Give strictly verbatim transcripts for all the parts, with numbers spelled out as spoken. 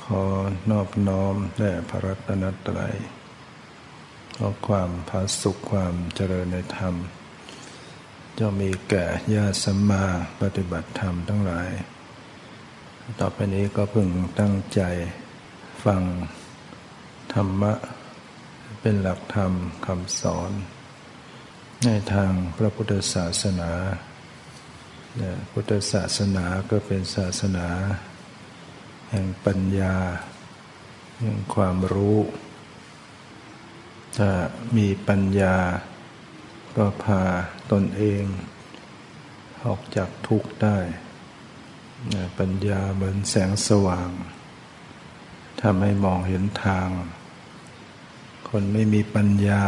อนอบน้อมแด่พระรัตนตรัยขอความผาสุขความเจริญในธรรมจะมีแก่ญาติสัมมาปฏิบัติธรรมทั้งหลายต่อไปนี้ก็พึงตั้งใจฟังธรรมะเป็นหลักธรรมคำสอนในทางพระพุทธศาสนาพุทธศาสนาก็เป็นศาสนาแห่งปัญญาแห่งความรู้ถ้ามีปัญญาก็พาตนเองออกจากทุกข์ได้ปัญญาเหมือนแสงสว่างทำให้มองเห็นทางคนไม่มีปัญญา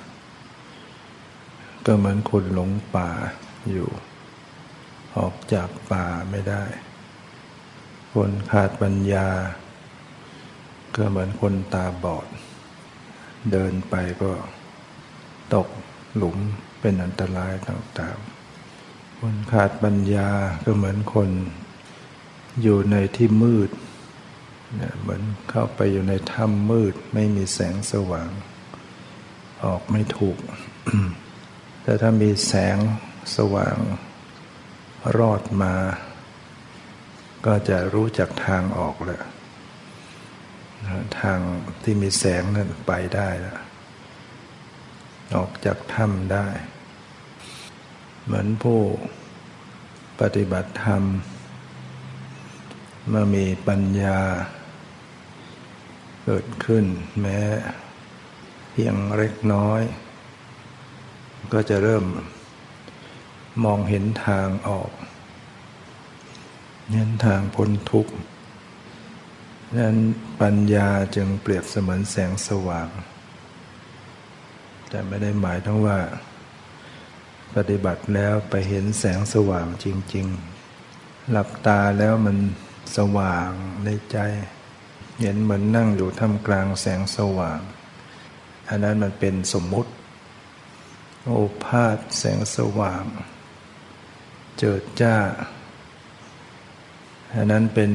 ก็เหมือนคนหลงป่าอยู่ออกจากป่าไม่ได้คนขาดปัญญาก็เหมือนคนตาบอดเดินไปก็ตกหลุมเป็นอันตรายต่างๆคนขาดปัญญาก็เหมือนคนอยู่ในที่มืดเหมือนเข้าไปอยู่ในถ้ำมืดไม่มีแสงสว่างออกไม่ถูก แต่ถ้ามีแสงสว่างรอดมาก็จะรู้จักทางออกแล้วทางที่มีแสงนั้นไปได้แล้วออกจากถ้ำได้เหมือนผู้ปฏิบัติธรรมเมื่อมีปัญญาเกิดขึ้นแม้เพียงเล็กน้อยก็จะเริ่มมองเห็นทางออกเห็นทางพ้นทุกข์นั้นปัญญาจึงเปรียบเสมือนแสงสว่างแต่ไม่ได้หมายถึงว่าปฏิบัติแล้วไปเห็นแสงสว่างจริงๆหลับตาแล้วมันสว่างในใจเห็นเหมือนนั่งอยู่ท่ามกลางแสงสว่างอันนั้นมันเป็นสมมุติโอภาสแสงสว่างเจิดจ้าอันนั้นเป็น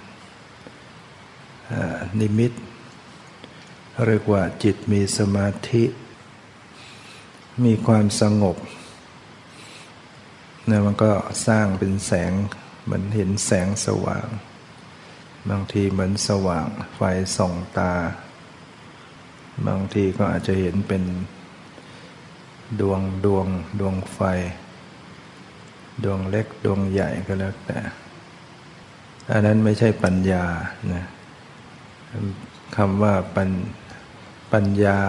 นิมิตเรียกว่าจิตมีสมาธิมีความสงบเนี่ยมันก็สร้างเป็นแสงเหมือนเห็นแสงสว่างบางทีเหมือนสว่างไฟส่องตาบางทีก็อาจจะเห็นเป็นดวงดวงดวงไฟดวงเล็กดวงใหญ่ก็แล้วแต่อันนั้นไม่ใช่ปัญญานะคำว่าปัญปัญญา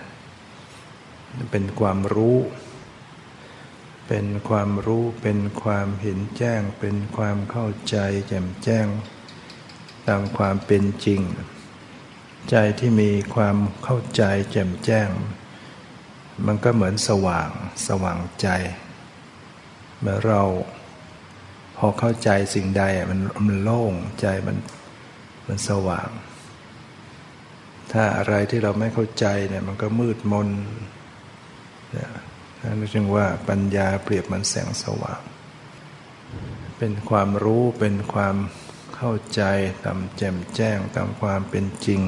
เป็นความรู้เป็นความรู้เป็นความเห็นแจ้งเป็นความเข้าใจแจ่มแจ้งตามความเป็นจริงใจที่มีความเข้าใจแจ่มแจ้งมันก็เหมือนสว่างสว่างใจเมื่อเราพอเข้าใจสิ่งใดมันมันโล่งใจมันมันสว่างถ้าอะไรที่เราไม่เข้าใจเนี่ยมันก็มืดมนเนี่ยนั่นจึงว่าปัญญาเปรียบเหมือนแสงสว่างเป็นความรู้เป็นความเข้าใจตามแจ่มแจ้งตามความเป็นจริง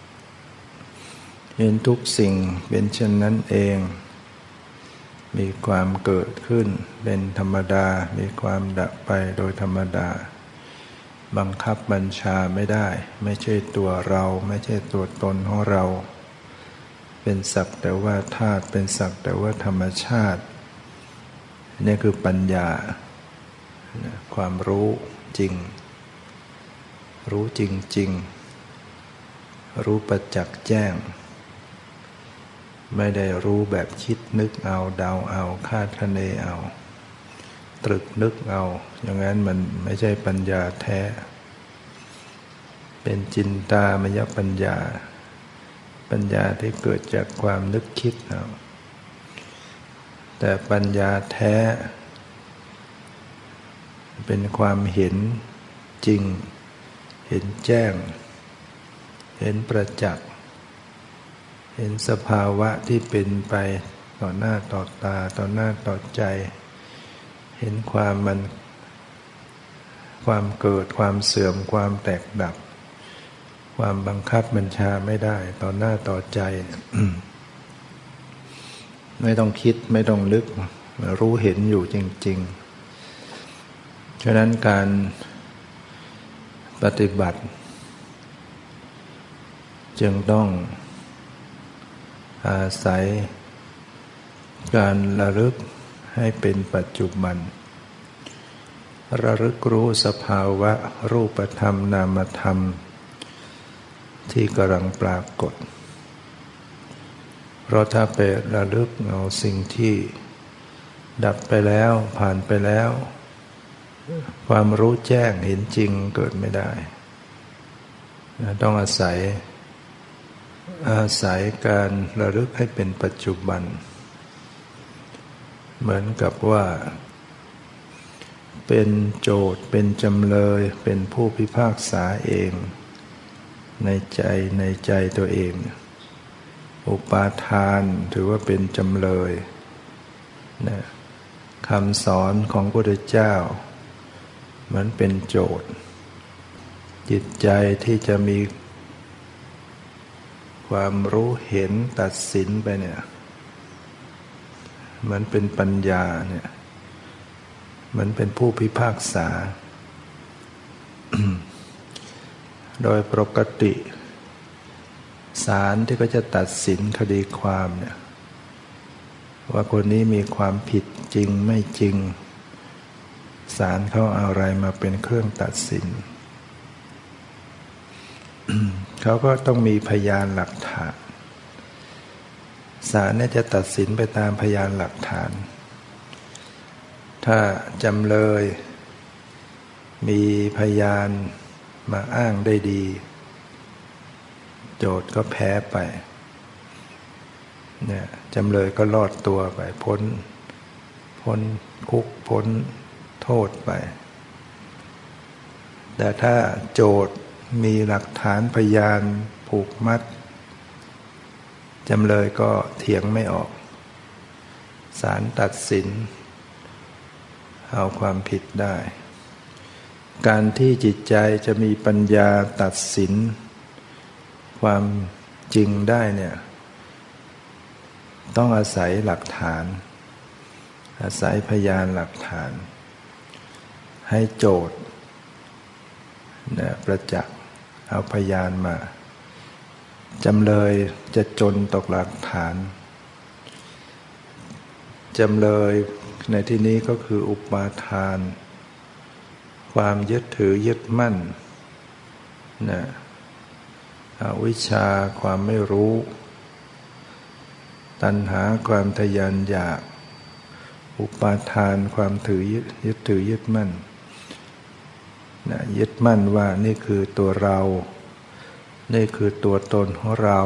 เห็นทุกสิ่งเป็นเช่นนั้นเองมีความเกิดขึ้นเป็นธรรมดามีความดับไปโดยธรรมดาบังคับบัญชาไม่ได้ไม่ใช่ตัวเราไม่ใช่ตัวตนของเราเป็นสักแต่ว่าธาตุเป็นสักแต่ว่าธรรมชาตินี่คือปัญญาความรู้จริงรู้จริงๆรู้ประจักษ์แจ้งไม่ได้รู้แบบคิดนึกเอาเดาเอาคาดคะเนเอาตรึกนึกเอาอย่างนั้นมันไม่ใช่ปัญญาแท้เป็นจินตามยปัญญาปัญญาที่เกิดจากความนึกคิดเอาแต่ปัญญาแท้เป็นความเห็นจริงเห็นแจ้งเห็นประจักษ์เห็นสภาวะที่เป็นไปต่อหน้าต่อตาต่อหน้าต่อใจเห็นความมัน ความเกิดความเสื่อมความแตกดับความบังคับบัญชาไม่ได้ต่อหน้าต่อใจ ไม่ต้องคิดไม่ต้องลึกรู้เห็นอยู่จริงๆฉะนั้นการปฏิบัติจึงต้องอาศัยการระลึกให้เป็นปัจจุบันระลึกรู้สภาวะรูปธรรมนามธรรมที่กำลังปรากฏเพราะถ้าไประลึกเอาสิ่งที่ดับไปแล้วผ่านไปแล้วความรู้แจ้งเห็นจริงเกิดไม่ได้ต้องอาศัยอาศัยการระลึกให้เป็นปัจจุบันเหมือนกับว่าเป็นโจทย์เป็นจำเลยเป็นผู้พิพากษาเองในใจในใจตัวเองอุปาทานถือว่าเป็นจำเลยนะคำสอนของพระพุทธเจ้าเหมือนเป็นโจทย์จิตใจที่จะมีความรู้เห็นตัดสินไปเนี่ยเหมือนเป็นปัญญาเนี่ยเหมือนเป็นผู้พิพากษา โดยปกติศาลที่ก็จะตัดสินคดีความเนี่ยว่าคนนี้มีความผิดจริงไม่จริงศาลเขาเอาอะไรมาเป็นเครื่องตัดสิน เขาก็ต้องมีพยานหลักฐานศาลเนี่ยจะตัดสินไปตามพยานหลักฐานถ้าจำเลยมีพยานมาอ้างได้ดีโจทก์ก็แพ้ไปเนี่ยจำเลยก็รอดตัวไปพ้นพ้นคุกพ้นโทษไปแต่ถ้าโจทก์มีหลักฐานพยานผูกมัดจำเลยก็เถียงไม่ออกศาลตัดสินเอาความผิดได้การที่จิตใจจะมีปัญญาตัดสินความจริงได้เนี่ยต้องอาศัยหลักฐานอาศัยพยานหลักฐานให้โจทก์เนี่ยประจักษ์เอาพยานมาจำเลยจะจนตกหลักฐานจำเลยในที่นี้ก็คืออุปาทานความยึดถือยึดมั่นนะอวิชชาความไม่รู้ตัณหาความทะยานอยากอุปาทานความถือยึดถือยึดมั่นนะยึดมั่นว่านี่คือตัวเรานี่คือตัวตนของเรา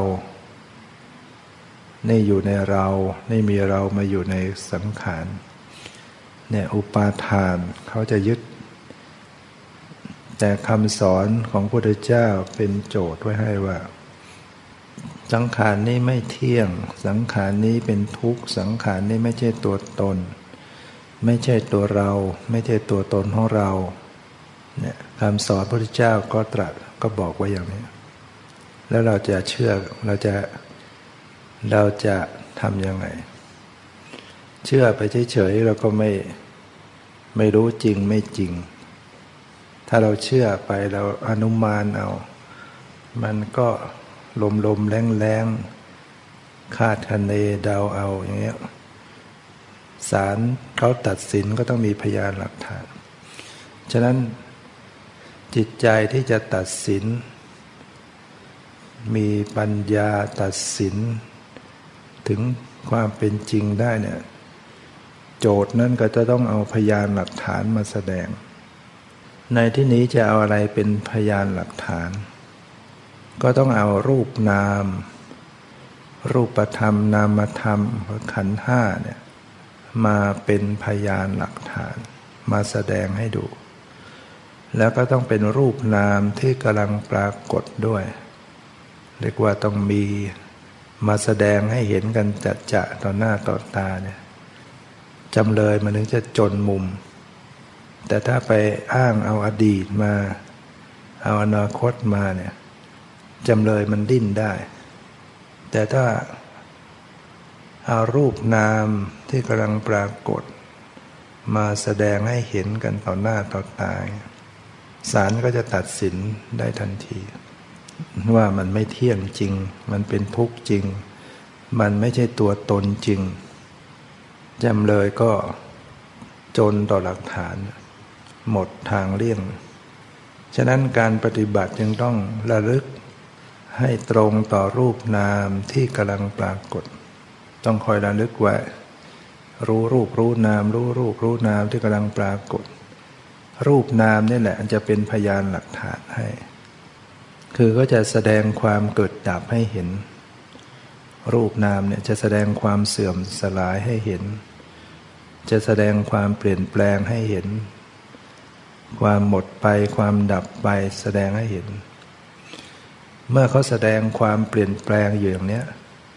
นี่อยู่ในเรานี่มีเรามาอยู่ในสังขารเนี่ยอุปาทานเขาจะยึดแต่คำสอนของพระพุทธเจ้าเป็นโจทย์ไว้ให้ว่าสังขารนี้ไม่เที่ยงสังขารนี้เป็นทุกข์สังขารนี้ไม่ใช่ตัวตนไม่ใช่ตัวเราไม่ใช่ตัวตนของเราเนี่ยคำสอนพระพุทธเจ้าก็ตรัสก็บอกไว้อย่างนี้แล้วเราจะเชื่อเราจะเราจะทำยังไงเชื่อไปเฉยๆเราก็ไม่ไม่รู้จริงไม่จริงถ้าเราเชื่อไปเราอนุมานเอามันก็ลมลมแรงแรงคาดคะเนเดาเอาอย่างเงี้ยศาลเขาตัดสินก็ต้องมีพยานหลักฐานฉะนั้นจิตใจที่จะตัดสินมีปัญญาตัดสินถึงความเป็นจริงได้เนี่ยโจทย์นั้นก็จะต้องเอาพยานหลักฐานมาแสดงในที่นี้จะเอาอะไรเป็นพยานหลักฐานก็ต้องเอารูปนามรูปธรรมนามธรรมขันธ์ห้าเนี่ยมาเป็นพยานหลักฐานมาแสดงให้ดูแล้วก็ต้องเป็นรูปนามที่กำลังปรากฏด้วยเรียกว่าต้องมีมาแสดงให้เห็นกันจัดจะต่อหน้าต่อตาเนี่ยจำเลยมันถึงจะจนมุมแต่ถ้าไปอ้างเอาอดีตมาเอาอนาคตมาเนี่ยจำเลยมันดิ้นได้แต่ถ้าเอารูปนามที่กำลังปรากฏมาแสดงให้เห็นกันต่อหน้าต่อตาศาลก็จะตัดสินได้ทันทีว่ามันไม่เที่ยงจริงมันเป็นทุกข์จริงมันไม่ใช่ตัวตนจริงจำเลยก็จนต่อหลักฐานหมดทางเลี่ยงฉะนั้นการปฏิบัติจึงต้องระลึกให้ตรงต่อรูปนามที่กำลังปรากฏต้องคอยระลึกไว้รู้รูปรู้นามรู้รูปรู้นามที่กำลังปรากฏรูปนามนี่แหละจะเป็นพยานหลักฐานให้คือก็จะแสดงความเกิดดับให้เห็นรูปนามเนี่ยจะแสดงความเสื่อมสลายให้เห็นจะแสดงความเปลี่ยนแปลงให้เห็นความหมดไปความดับไปแสดงให้เห็นเมื่อเขาแสดงความเปลี่ยนแปลงอยู่อย่างนี้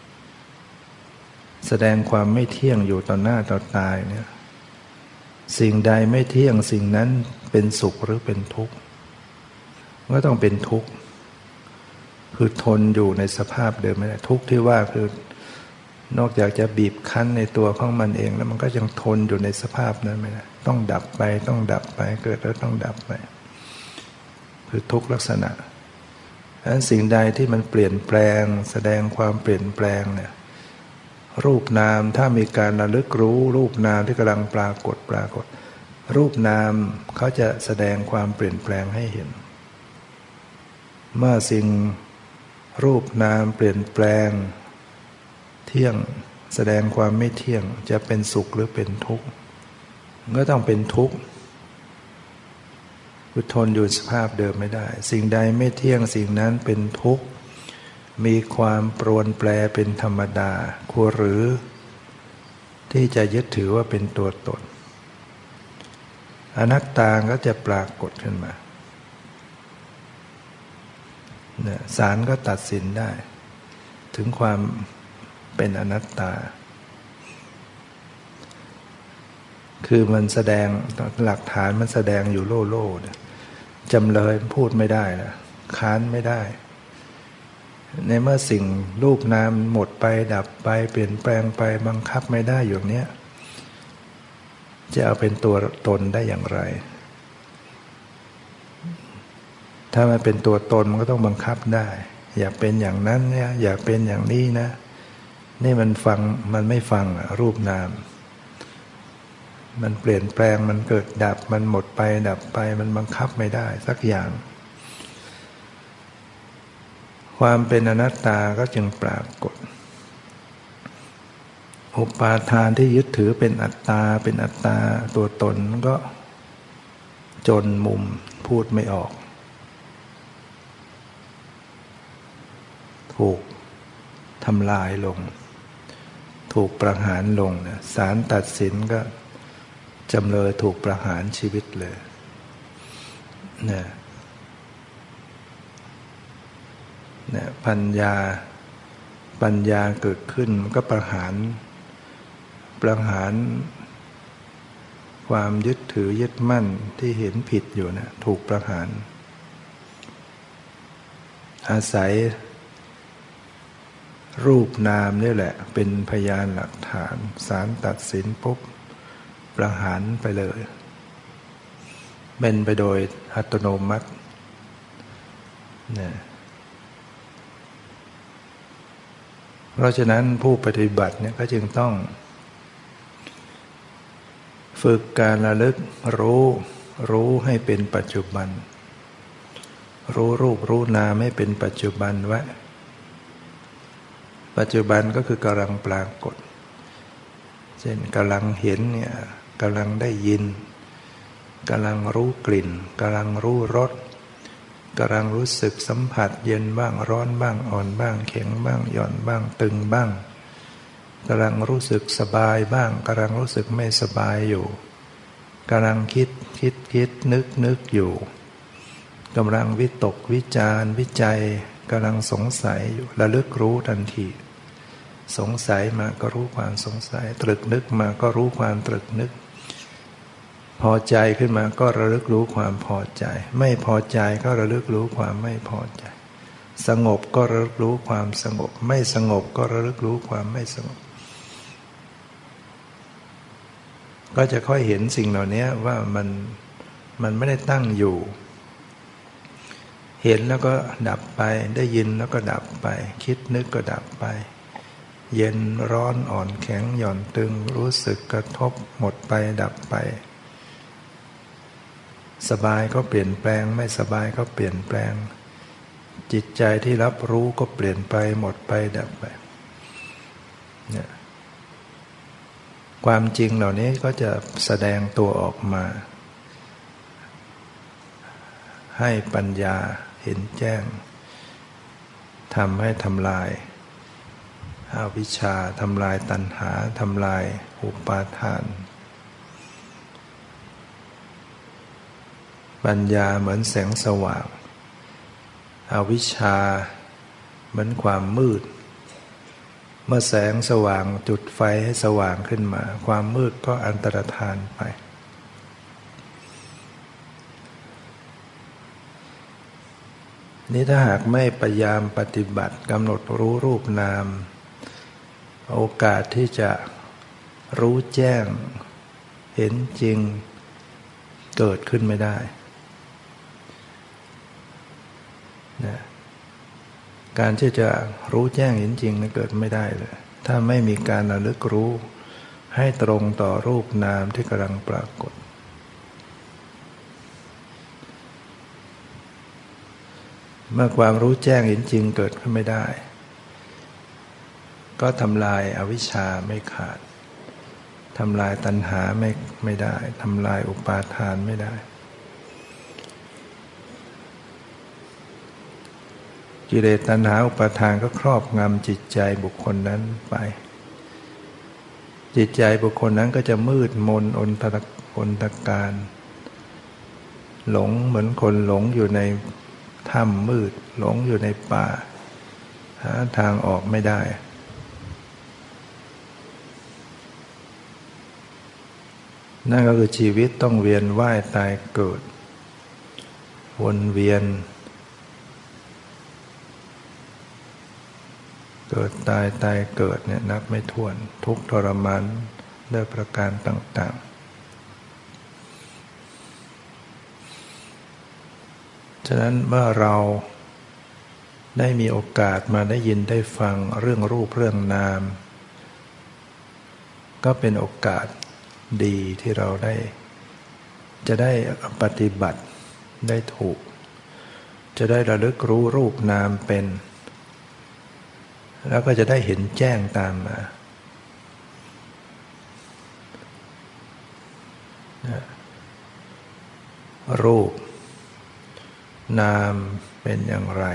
แสดงความไม่เที่ยงอยู่ต่อหน้าต่อตาเนี่ยสิ่งใดไม่เที่ยงสิ่งนั้นเป็นสุขหรือเป็นทุกข์ก็ต้องเป็นทุกข์คือทนอยู่ในสภาพเดิมไม่ได้ทุกข์ที่ว่าคือนอกจากจะบีบคั้นในตัวของมันเองแล้วมันก็ยังทนอยู่ในสภาพนั้นไม่ได้ต้องดับไปต้องดับไปเกิดแล้วต้องดับไปคือทุกข์ลักษณะดังนั้นสิ่งใดที่มันเปลี่ยนแปลงแสดงความเปลี่ยนแปลงเนี่ยรูปนามถ้ามีการระลึกรู้รูปนามที่กำลังปรากฏปรากฏรูปนามเขาจะแสดงความเปลี่ยนแปลงให้เห็นเมื่อสิ่งรูปนามเปลี่ยนแปลงเที่ยงแสดงความไม่เที่ยงจะเป็นสุขหรือเป็นทุกข์ก็ต้องเป็นทุกข์คือทนอยู่สภาพเดิมไม่ได้สิ่งใดไม่เที่ยงสิ่งนั้นเป็นทุกข์มีความปรวนแปรเป็นธรรมดาควรหรือที่จะยึดถือว่าเป็นตัวตนอนัตตาก็จะปรากฏขึ้นมาเนี่ยศาลก็ตัดสินได้ถึงความเป็นอนัตตาคือมันแสดงหลักฐานมันแสดงอยู่โล่โล่เนี่ยจำเลยพูดไม่ได้นะค้านไม่ได้ในเมื่อสิ่งรูปนามหมดไปดับไปเปลี่ยนแปลงไปบังคับไม่ได้อย่างเนี้ยจะเอาเป็นตัวตนได้อย่างไรถ้ามันเป็นตัวตนมันก็ต้องบังคับได้อยากเป็นอย่างนั้นเนี่ยอยากเป็นอย่างนี้นะนี่มันฟังมันไม่ฟังรูปนามมันเปลี่ยนแปลงมันเกิดดับมันหมดไปดับไปมันบังคับไม่ได้สักอย่างความเป็นอนัตตาก็จึงปรากฏอุปาทานที่ยึดถือเป็นอัตตาเป็นอัตตาตัวตนก็จนมุมพูดไม่ออกถูกทำลายลงถูกประหารลงเนี่ยศาลตัดสินก็จำเลยถูกประหารชีวิตเลยเนี่ยเนี่ยปัญญาปัญญาเกิดขึ้นก็ประหารประหารความยึดถือยึดมั่นที่เห็นผิดอยู่นะถูกประหารอาศัยรูปนามนี่แหละเป็นพยานหลักฐานศาลตัดสินปุ๊บประหารไปเลยเป็นไปโดยอัตโนมัติเนี่ยเพราะฉะนั้นผู้ปฏิบัติเนี่ยก็จึงต้องฝึกการระลึกรู้รู้ให้เป็นปัจจุบันรู้รูปรู้นามให้เป็นปัจจุบันไว้ปัจจุบันก็คือกำลังปรากฏเช่นกำลังเห็นเนี่ยกำลังได้ยินกำลังรู้กลิ่นกำลังรู้รสกำลังรู้สึกสัมผัสเย็นบ้างร้อนบ้างอ่อนบ้างแข็งบ้างหย่อนบ้างตึงบ้างกำลังรู้สึกสบายบ้างกำลังรู้สึกไม่สบายอยู่กำลังคิดคิดคิดนึกนึกอยู่กำลังวิตกวิจารวิจัยกำลังสงสัยอยู่ระลึกรู้ทันทีสงสัยมาก็รู้ความสงสัยตรึกนึกมาก็รู้ความตรึกนึกพอใจขึ้นมาก็ระลึกรู้ความพอใจไม่พอใจก็ระลึกรู้ความไม่พอใจสงบก็ระลึกรู้ความสงบไม่สงบก็ระลึกรู้ความไม่สงบก็จะค่อยเห็นสิ่งเหล่านี้ว่ามันมันไม่ได้ตั้งอยู่เห็นแล้วก็ดับไปได้ยินแล้วก็ดับไปคิดนึกก็ดับไปเย็นร้อนอ่อนแข็งหย่อนตึงรู้สึกกระทบหมดไปดับไปสบายก็เปลี่ยนแปลงไม่สบายก็เปลี่ยนแปลงจิตใจที่รับรู้ก็เปลี่ยนไปหมดไปดับไปเนี่ยความจริงเหล่านี้ก็จะแสดงตัวออกมาให้ปัญญาเห็นแจ้งทำให้ทำลายอวิชชาทำลายตัณหาทำลายอุปาทานปัญญาเหมือนแสงสว่างอวิชชาเหมือนความมืดเมื่อแสงสว่างจุดไฟให้สว่างขึ้นมาความมืดก็อันตรธานไปนี่ถ้าหากไม่พยายามปฏิบัติกำหนดรู้รูปนามโอกาสที่จะรู้แจ้งเห็นจริงเกิดขึ้นไม่ได้นะการที่จะรู้แจ้งเห็นจริงนั้นเกิดไม่ได้เลยถ้าไม่มีการระลึกรู้ให้ตรงต่อรูปนามที่กำลังปรากฏเมื่อความรู้แจ้งเห็นจริงเกิดขึ้นไม่ได้ก็ทำลายอวิชชาไม่ขาดทำลายตัณหาไม่ไม่ได้ทำลายอุปาทานไม่ได้กิเลสตัณหาอุปาทานก็ครอบงำจิตใจบุคคลนั้นไปจิตใจบุคคลนั้นก็จะมืดมนอนตะอนตะการหลงเหมือนคนหลงอยู่ในถ้ำมืดหลงอยู่ในป่าหาทางออกไม่ได้นั่นก็คือชีวิตต้องเวียนว่ายตายเกิดวนเวียนเกิดตายตายเกิดเนี่ยนับไม่ถ้วนทุกข์ทรมานด้วยประการต่างๆฉะนั้นเมื่อเราได้มีโอกาสมาได้ยินได้ฟังเรื่องรูปเรื่องนามก็เป็นโอกาสดีที่เราได้จะได้ปฏิบัติได้ถูกจะได้ระลึกรู้รูปนามเป็นแล้วก็จะได้เห็นแจ้งตามมารูปนามเป็นอย่างไร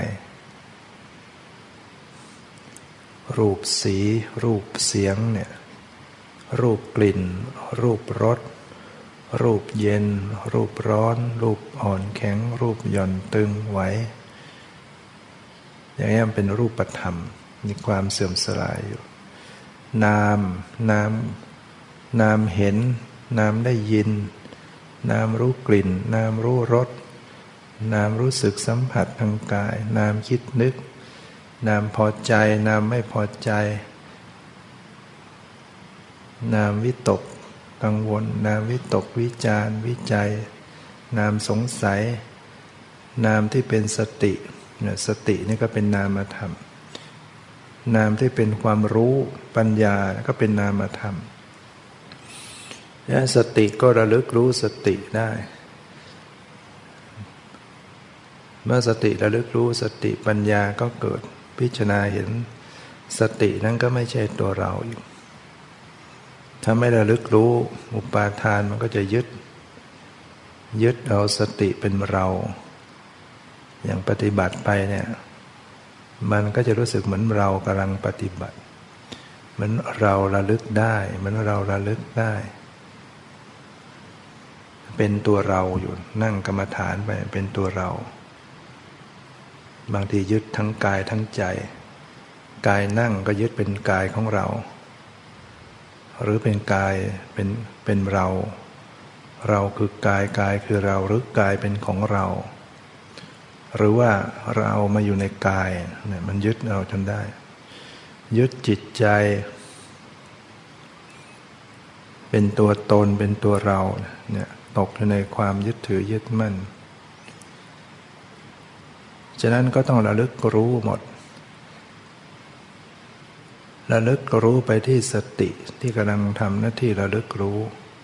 รูปสีรูปเสียงเนี่ยรูปกลิ่นรูปรสรูปเย็นรูปร้อนรูปอ่อนแข็งรูปหย่อนตึงไหวอย่างนี้มันเป็นรูปธรรมมีความเสื่อมสลายอยู่นามนามนามเห็นนามได้ยินนามรู้กลิ่นนามรู้รสนามรู้สึกสัมผัสทางกายนามคิดนึกนามพอใจนามไม่พอใจนามวิตกกังวลนามวิตกวิจารวิจัยนามสงสัยนามที่เป็นสติเนี่ยสตินี่ก็เป็นนามธรรมนามที่เป็นความรู้ปัญญาก็เป็นนามธรรมและสติก็ระลึกรู้สติได้เมื่อสติระลึกรู้สติปัญญาก็เกิดพิจารณาเห็นสตินั้นก็ไม่ใช่ตัวเราอยู่ถ้าไม่ระลึกรู้อุปาทานมันก็จะยึดยึดเอาสติเป็นเราอย่างปฏิบัติไปเนี่ยมันก็จะรู้สึกเหมือนเรากำลังปฏิบัติเหมือนเราระลึกได้เหมือนเราระลึกได้เป็นตัวเราอยู่นั่งกรรมฐานไปเป็นตัวเราบางทียึดทั้งกายทั้งใจกายนั่งก็ยึดเป็นกายของเราหรือเป็นกายเป็นเป็นเราเราคือกายกายคือเราหรือกายเป็นของเราหรือว่าเรามาอยู่ในกายเนี่ยมันยึดเราจนได้ยึดจิตใจเป็นตัวตนเป็นตัวเราเนี่ยตกอยู่ในความยึดถือยึดมั่นฉะนั้นก็ต้องระลึกรู้หมดระลึกรู้ไปที่สติที่กำลังทำหน้าที่ระลึกรู้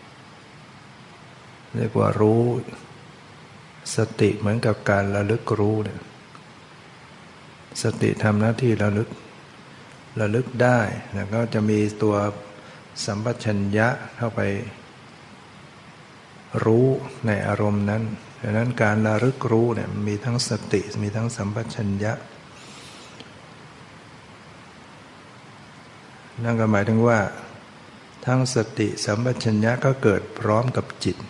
เรียกว่ารู้สติเหมือนกับการระลึกรู้เนี่ยสติทำหน้าที่ระลึกระลึกได้แล้วก็จะมีตัวสัมปชัญญะเข้าไปรู้ในอารมณ์นั้นดังนั้นการระลึกรู้เนี่ยมีทั้งสติมีทั้งสัมปชัญญะนั่นก็หมายถึงว่าทั้งสติสัมปชัญญะก็เกิดพร้อมกับจิต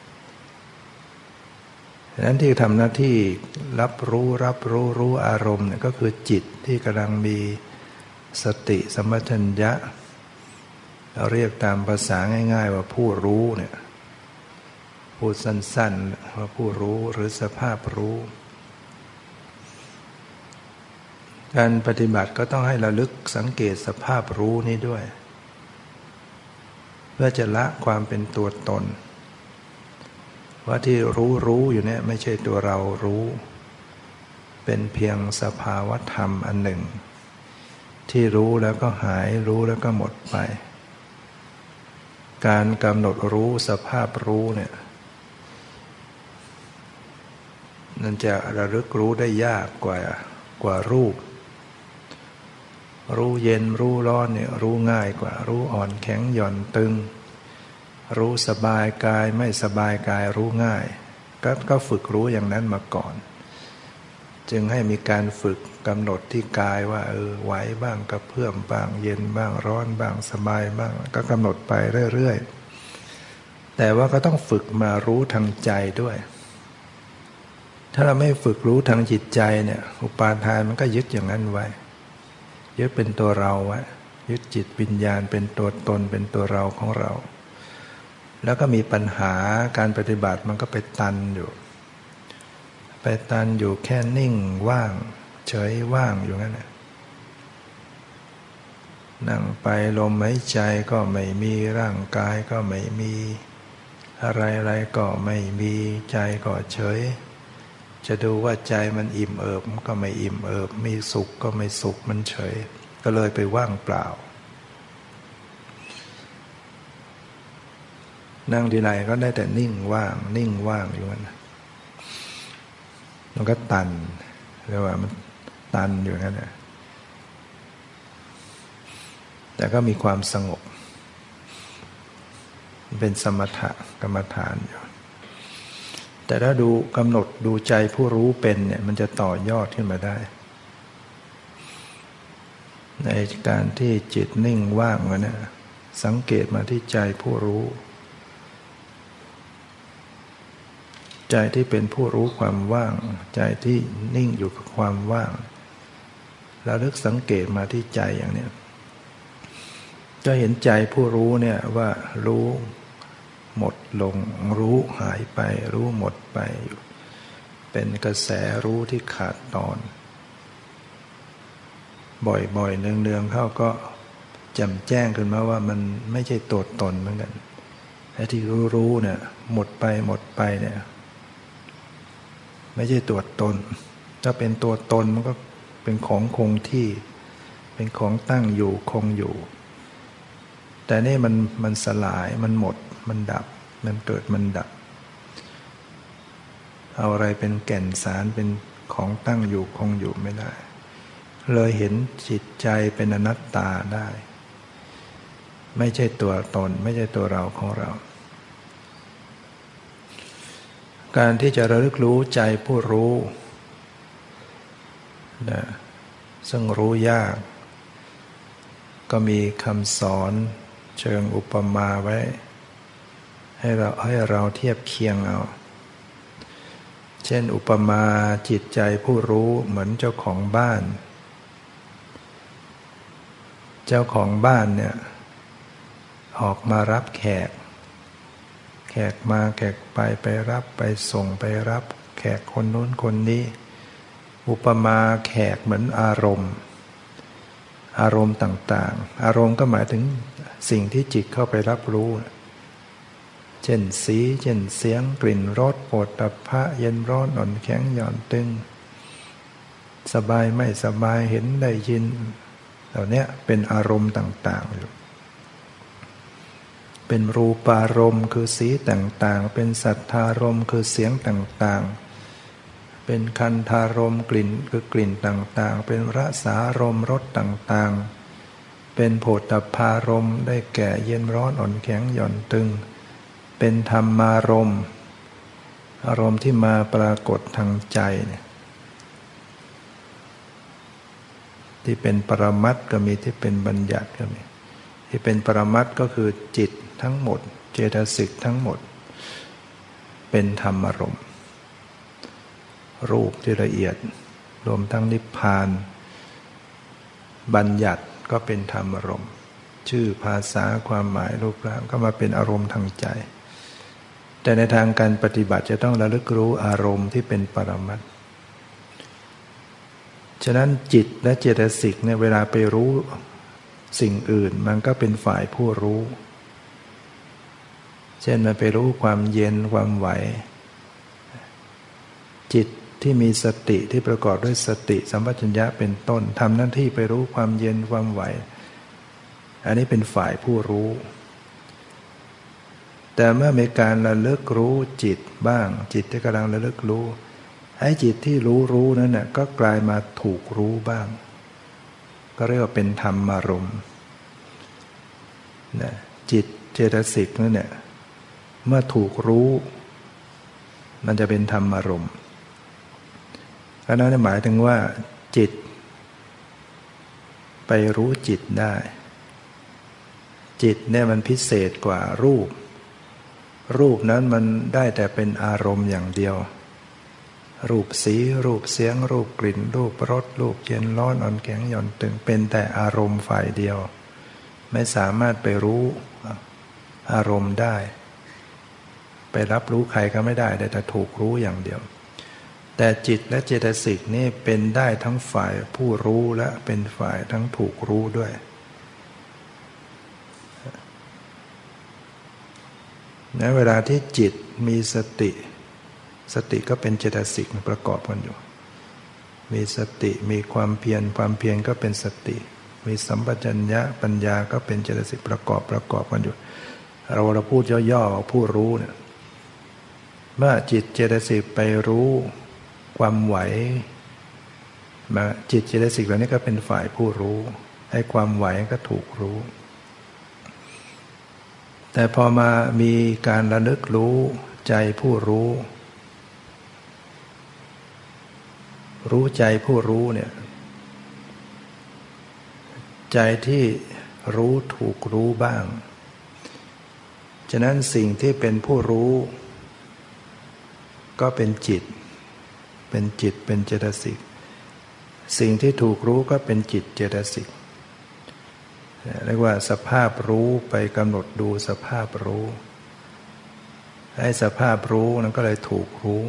ดังนั้นที่ทำหน้าที่รับรู้รับรู้รู้อารมณ์เนี่ยก็คือจิตที่กำลังมีสติสัมปชัญญะเราเรียกตามภาษาง่ายๆว่าผู้รู้เนี่ยพูดสั้นๆว่าผู้รู้หรือสภาพรู้การปฏิบัติก็ต้องให้ระลึกสังเกตสภาพรู้นี้ด้วยเพื่อจะละความเป็นตัวตนว่าที่รู้รู้อยู่เนี่ยไม่ใช่ตัวเรารู้เป็นเพียงสภาวธรรมอันหนึ่งที่รู้แล้วก็หายรู้แล้วก็หมดไปการกำหนดรู้สภาพรู้เนี่ยนั่นจะระลึกรู้ได้ยากกว่ากว่ารูปรู้เย็นรู้ร้อนเนี่ยรู้ง่ายกว่ารู้อ่อนแข็งหย่อนตึงรู้สบายกายไม่สบายกายรู้ง่ายก็ก็ฝึกรู้อย่างนั้นมาก่อนจึงให้มีการฝึกกำหนดที่กายว่าเออไหวบ้างกระเพื่อมบ้างเย็นบ้างร้อนบ้างสบายบ้างก็กำหนดไปเรื่อยๆแต่ว่าก็ต้องฝึกมารู้ทางใจด้วยถ้าเราไม่ฝึกรู้ทางจิตใจเนี่ยอุปาทานมันก็ยึดอย่างนั้นไว้ยึดเป็นตัวเราไว้ยึดจิตวิญญาณเป็นตัวตนเป็นตัวเราของเราแล้วก็มีปัญหาการปฏิบัติมันก็ไปตันอยู่ไปตันอยู่แค่นิ่งว่างเฉยว่างอยู่งั้นแหละนั่งไปลมหายใจก็ไม่มีร่างกายก็ไม่มีอะไรๆก็ไม่มีใจก็เฉยจะดูว่าใจมันอิ่มเอิบก็ไม่อิ่มเอิบมีสุขก็ไม่สุขมันเฉยก็เลยไปว่างเปล่านั่งทีไรก็ได้แต่นิ่งว่างนิ่งว่างอยู่นั่นมันก็ตันเรียกว่ามันตันอยู่นั่นแหละแต่ก็มีความสงบเป็นสมถะกรรมฐานอยู่แต่ถ้าดูกำหนดดูใจผู้รู้เป็นเนี่ยมันจะต่อยอดขึ้นมาได้ในการที่จิตนิ่งว่างวะเนี่ยสังเกตมาที่ใจผู้รู้ใจที่เป็นผู้รู้ความว่างใจที่นิ่งอยู่กับความว่างระลึกสังเกตมาที่ใจอย่างนี้จะเห็นใจผู้รู้เนี่ยว่ารู้หมดลงรู้หายไปรู้หมดไปอยู่เป็นกระแสรู้ที่ขาดตอนบ่อยๆเนืองๆเข้าก็แจ่มแจ้งขึ้นมาว่ามันไม่ใช่ตัวตนเหมือนกันไอ้ที่รู้ๆเนี่ยหมดไปหมดไปเนี่ยไม่ใช่ตัวตนถ้าเป็นตัวตนมันก็เป็นของคงที่เป็นของตั้งอยู่คงอยู่แต่นี่มันมันสลายมันหมดมันดับมันเกิดมันดับเอาอะไรเป็นแก่นสารเป็นของตั้งอยู่คงอยู่ไม่ได้เลยเห็นจิตใจเป็นอนัตตาได้ไม่ใช่ตัวตนไม่ใช่ตัวเราของเราการที่จะระลึกรู้ใจผู้รู้นะซึ่งรู้ยากก็มีคำสอนเชิงอุปมาไว้ให้เราให้เราเทียบเคียงเอาเช่นอุปมาจิตใจผู้รู้เหมือนเจ้าของบ้านเจ้าของบ้านเนี่ยออกมารับแขกแขกมาแขกไปไปรับไปส่งไปรับแขกคนโน้นคนนี้อุปมาแขกเหมือนอารมณ์อารมณ์ต่างๆอารมณ์ก็หมายถึงสิ่งที่จิตเข้าไปรับรู้เช่นสีเช่นเสียงกลิ่นรสโผฏฐัพพะเย็นร้อนอ่อนแข็งหย่อนตึงสบายไม่สบายเห็นได้ยินเหล่านี้เป็นอารมณ์ต่างๆอยู่เป็นรูปารมณ์คือสีต่างๆเป็นสัทธารมณ์คือเสียงต่างๆเป็นคันธารมณ์กลิ่นคือกลิ่นต่างๆเป็นรสารมณ์รสต่างๆเป็นโผฏฐัพพารมณ์ได้แก่เย็นร้อนอ่อนแข็งหย่อนตึงเป็นธรรมารมณ์อารมณ์ที่มาปรากฏทางใจเนี่ยที่เป็นปรมัตถ์ก็มีที่เป็นบัญญัติก็มีที่เป็นปรมัตถ์ก็คือจิตทั้งหมดเจตสิกทั้งหมดเป็นธรรมารมณ์รูปที่ละเอียดรวมทั้งนิพพานบัญญัติก็เป็นธรรมารมณ์ชื่อภาษาความหมายรูปร่างก็มาเป็นอารมณ์ทางใจแต่ในทางการปฏิบัติจะต้องระลึกรู้อารมณ์ที่เป็นปรมัตถ์ฉะนั้นจิตและเจตสิกเนี่ยเวลาไปรู้สิ่งอื่นมันก็เป็นฝ่ายผู้รู้เช่นมันไปรู้ความเย็นความไหวจิตที่มีสติที่ประกอบด้วยสติสัมปชัญญะเป็นต้นทำหน้าที่ไปรู้ความเย็นความไหวอันนี้เป็นฝ่ายผู้รู้แต่เมื่อมีการระลึกรู้จิตบ้างจิตที่กำลังระลึกรู้ไอ้จิตที่รู้รู้นั้นน่ะก็กลายมาถูกรู้บ้างก็เรียกว่าเป็นธรรมารมณ์นะจิตเจตสิกนั่นเนี่ยเมื่อถูกรู้มันจะเป็นธรรมารมณ์อันนั้นหมายถึงว่าจิตไปรู้จิตได้จิตเนี่ยมันพิเศษกว่ารูปรูปนั้นมันได้แต่เป็นอารมณ์อย่างเดียวรูปสีรูปเสียงรูปกลิ่นรูปรสรูปเย็นร้อนอ่อนแข็งหย่อนตึงเป็นแต่อารมณ์ฝ่ายเดียวไม่สามารถไปรู้อารมณ์ได้ไปรับรู้ใครก็ไม่ได้แต่ถูกรู้อย่างเดียวแต่จิตและเจตสิกนี่เป็นได้ทั้งฝ่ายผู้รู้และเป็นฝ่ายทั้งถูกรู้ด้วยนะเวลาที่จิตมีสติสติก็เป็นเจตสิกประกอบกันอยู่มีสติมีความเพียรความเพียรก็เป็นสติมีสัมปชัญญะปัญญาก็เป็นเจตสิกประกอบประกอบกันอยู่เราเราพูดย่อๆผู้รู้เนี่ยเมื่อจิตเจตสิกไปรู้ความไหวมาจิตเจตสิกเหล่านี้ก็เป็นฝ่ายผู้รู้ให้ความไหวก็ถูกรู้แต่พอมามีการระลึกรู้ใจผู้รู้รู้ใจผู้รู้เนี่ยใจที่รู้ถูกรู้บ้างฉะนั้นสิ่งที่เป็นผู้รู้ก็เป็นจิตเป็นจิตเป็นเจตสิกสิ่งที่ถูกรู้ก็เป็นจิตเจตสิกเรียกว่าสภาพรู้ไปกำหนดดูสภาพรู้ให้สภาพรู้นั้นก็เลยถูกรู้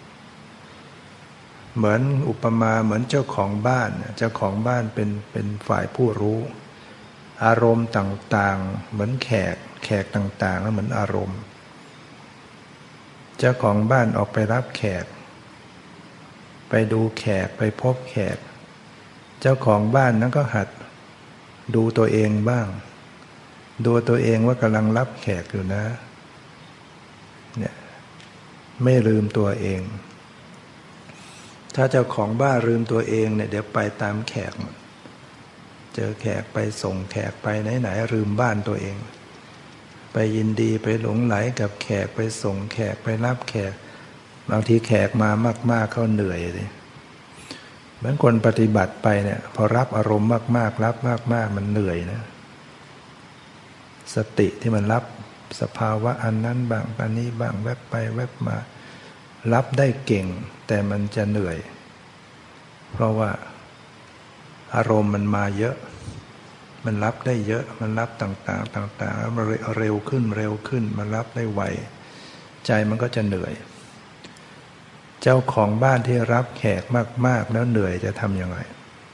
เหมือนอุปมาเหมือนเจ้าของบ้านเจ้าของบ้านเป็นเป็นฝ่ายผู้รู้อารมณ์ต่างๆเหมือนแขกแขกต่างๆแล้วเหมือนอารมณ์เจ้าของบ้านออกไปรับแขกไปดูแขกไปพบแขกเจ้าของบ้านนั้นก็หัดดูตัวเองบ้างดูตัวเองว่ากำลังรับแขกอยู่นะเนี่ยไม่ลืมตัวเองถ้าเจ้าของบ้านลืมตัวเองเนี่ยเดี๋ยวไปตามแขกเจอแขกไปส่งแขกไปไหนๆลืมบ้านตัวเองไปยินดีไปหลงไหลกับแขกไปส่งแขกไปรับแขกบางทีแขกมามากๆเขาเหนื่อยเลยเหมือนคนปฏิบัติไปเนี่ยพอรับอารมณ์มากๆรับมากๆมันเหนื่อยนะสติที่มันรับสภาวะอันนั้นบ้างอันนี้บ้างแวบไปแวบมารับได้เก่งแต่มันจะเหนื่อยเพราะว่าอารมณ์มันมาเยอะมันรับได้เยอะมันรับต่างๆต่างๆแล้วมันเร็วขึ้นเร็วขึ้นมันรับได้ไวใจมันก็จะเหนื่อยเจ้าของบ้านที่รับแขกมากๆแล้วเหนื่อยจะทำยังไง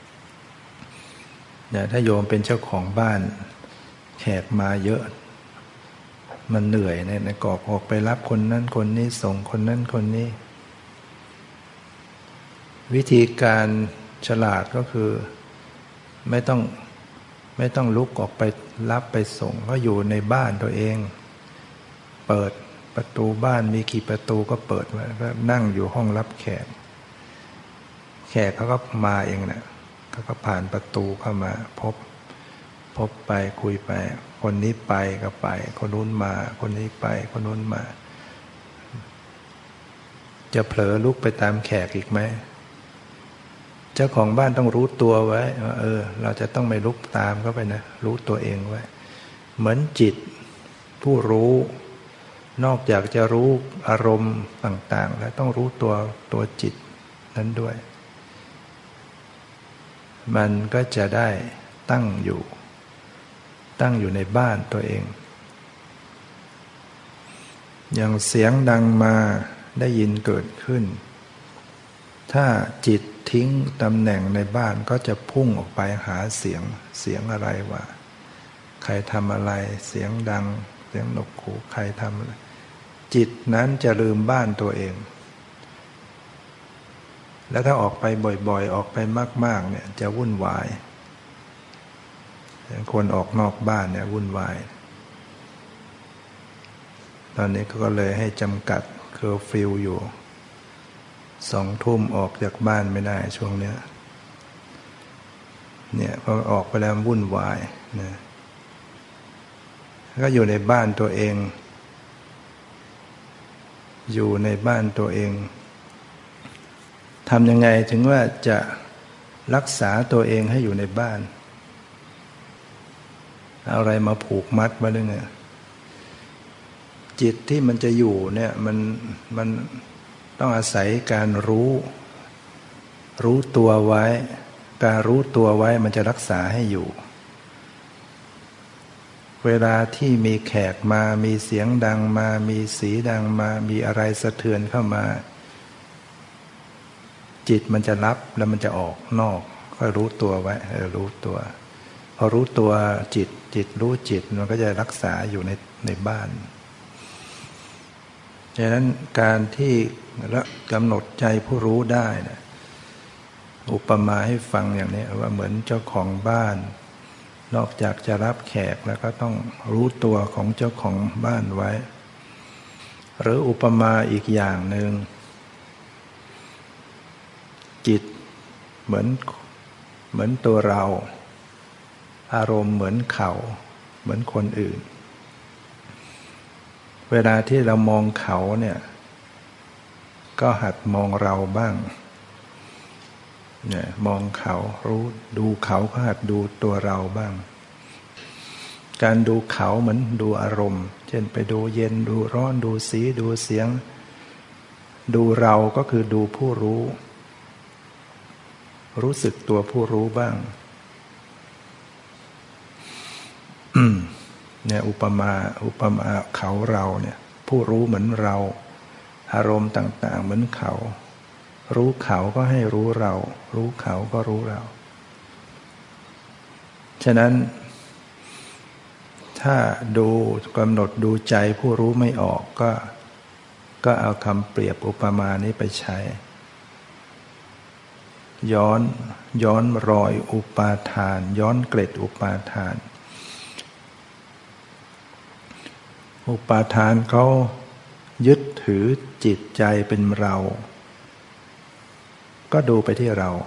เนี่ยถ้าโยมเป็นเจ้าของบ้านแขกมาเยอะมันเหนื่อยเนี่ยในกอบออกไปรับคนนั้นคนนี้ส่งคนนั้นคนนี้วิธีการฉลาดก็คือไม่ต้องไม่ต้องลุกออกไปรับไปส่งก็อยู่ในบ้านตัวเองเปิดประตูบ้านมีกี่ประตูก็เปิดไว้ก็นั่งอยู่ห้องรับแขกแขกเขาก็มาเองนะเขาก็ผ่านประตูเข้ามาพบพบไปคุยไปคนนี้ไปก็ไปคนนู้นมาคนนี้ไปคนนู้นมาจะเผลอลุกไปตามแขกอีกไหมเจ้าของบ้านต้องรู้ตัวไว้ว่าเออเราจะต้องไม่ลุกตามเข้าไปนะรู้ตัวเองไว้เหมือนจิตผู้รู้นอกจากจะรู้อารมณ์ต่างๆแล้วต้องรู้ตัวตัวจิตนั้นด้วยมันก็จะได้ตั้งอยู่ตั้งอยู่ในบ้านตัวเองอย่างเสียงดังมาได้ยินเกิดขึ้นถ้าจิตทิ้งตำแหน่งในบ้านก็จะพุ่งออกไปหาเสียงเสียงอะไรวะใครทำอะไรเสียงดังเสียงนกหูใครทำอะไรจิตนั้นจะลืมบ้านตัวเองแล้วถ้าออกไปบ่อยๆออกไปมากๆเนี่ยจะวุ่นวายคนออกนอกบ้านเนี่ยวุ่นวายตอนนี้ก็เลยให้จำกัดเคอร์ฟิวอยู่สองทุ่มออกจากบ้านไม่ได้ช่วงเนี้ยเนี่ยพอออกไปแล้ววุ่นวายนะก็อยู่ในบ้านตัวเองอยู่ในบ้านตัวเองทำยังไงถึงว่าจะรักษาตัวเองให้อยู่ในบ้านเอาอะไรมาผูกมัดไว้ด้วยเนี่ยจิตที่มันจะอยู่เนี่ยมันมันต้องอาศัยการรู้รู้ตัวไว้การรู้ตัวไว้มันจะรักษาให้อยู่เวลาที่มีแขกมามีเสียงดังมามีสีดังมามีอะไรสะเทือนเข้ามาจิตมันจะรับแล้วมันจะออกนอกค่อยรู้ตัวไว้เออรู้ตัวพอรู้ตัวจิตจิตรู้จิตมันก็จะรักษาอยู่ในในบ้านฉะนั้นการที่กำหนดใจผู้รู้ได้นะอุปมาให้ฟังอย่างนี้ว่าเหมือนเจ้าของบ้านนอกจากจะรับแขกแล้วก็ต้องรู้ตัวของเจ้าของบ้านไว้หรืออุปมาอีกอย่างหนึ่งจิตเหมือนเหมือนตัวเราอารมณ์เหมือนเขาเหมือนคนอื่นเวลาที่เรามองเขาเนี่ยก็หัดมองเราบ้างเนี่ยมองเขารู้ดูเขาก็หัดดูตัวเราบ้างการดูเขาเหมือนดูอารมณ์เช่นไปดูเย็นดูร้อนดูสีดูเสียงดูเราก็คือดูผู้รู้รู้สึกตัวผู้รู้บ้างเนี่ยอุปมาอุปมาเขาเราเนี่ยผู้รู้เหมือนเราอารมณ์ต่างๆเหมือนเขารู้เขาก็ให้รู้เรารู้เขาก็รู้เราฉะนั้นถ้าดูกำหนดดูใจผู้รู้ไม่ออกก็ก็เอาคำเปรียบอุปมานี้ไปใช้ย้อนย้อนรอยอุปาทานย้อนเกล็ดอุปาทานอุปาทานเขายึดถือจิตใจเป็นเราก็ดูไปที่เรา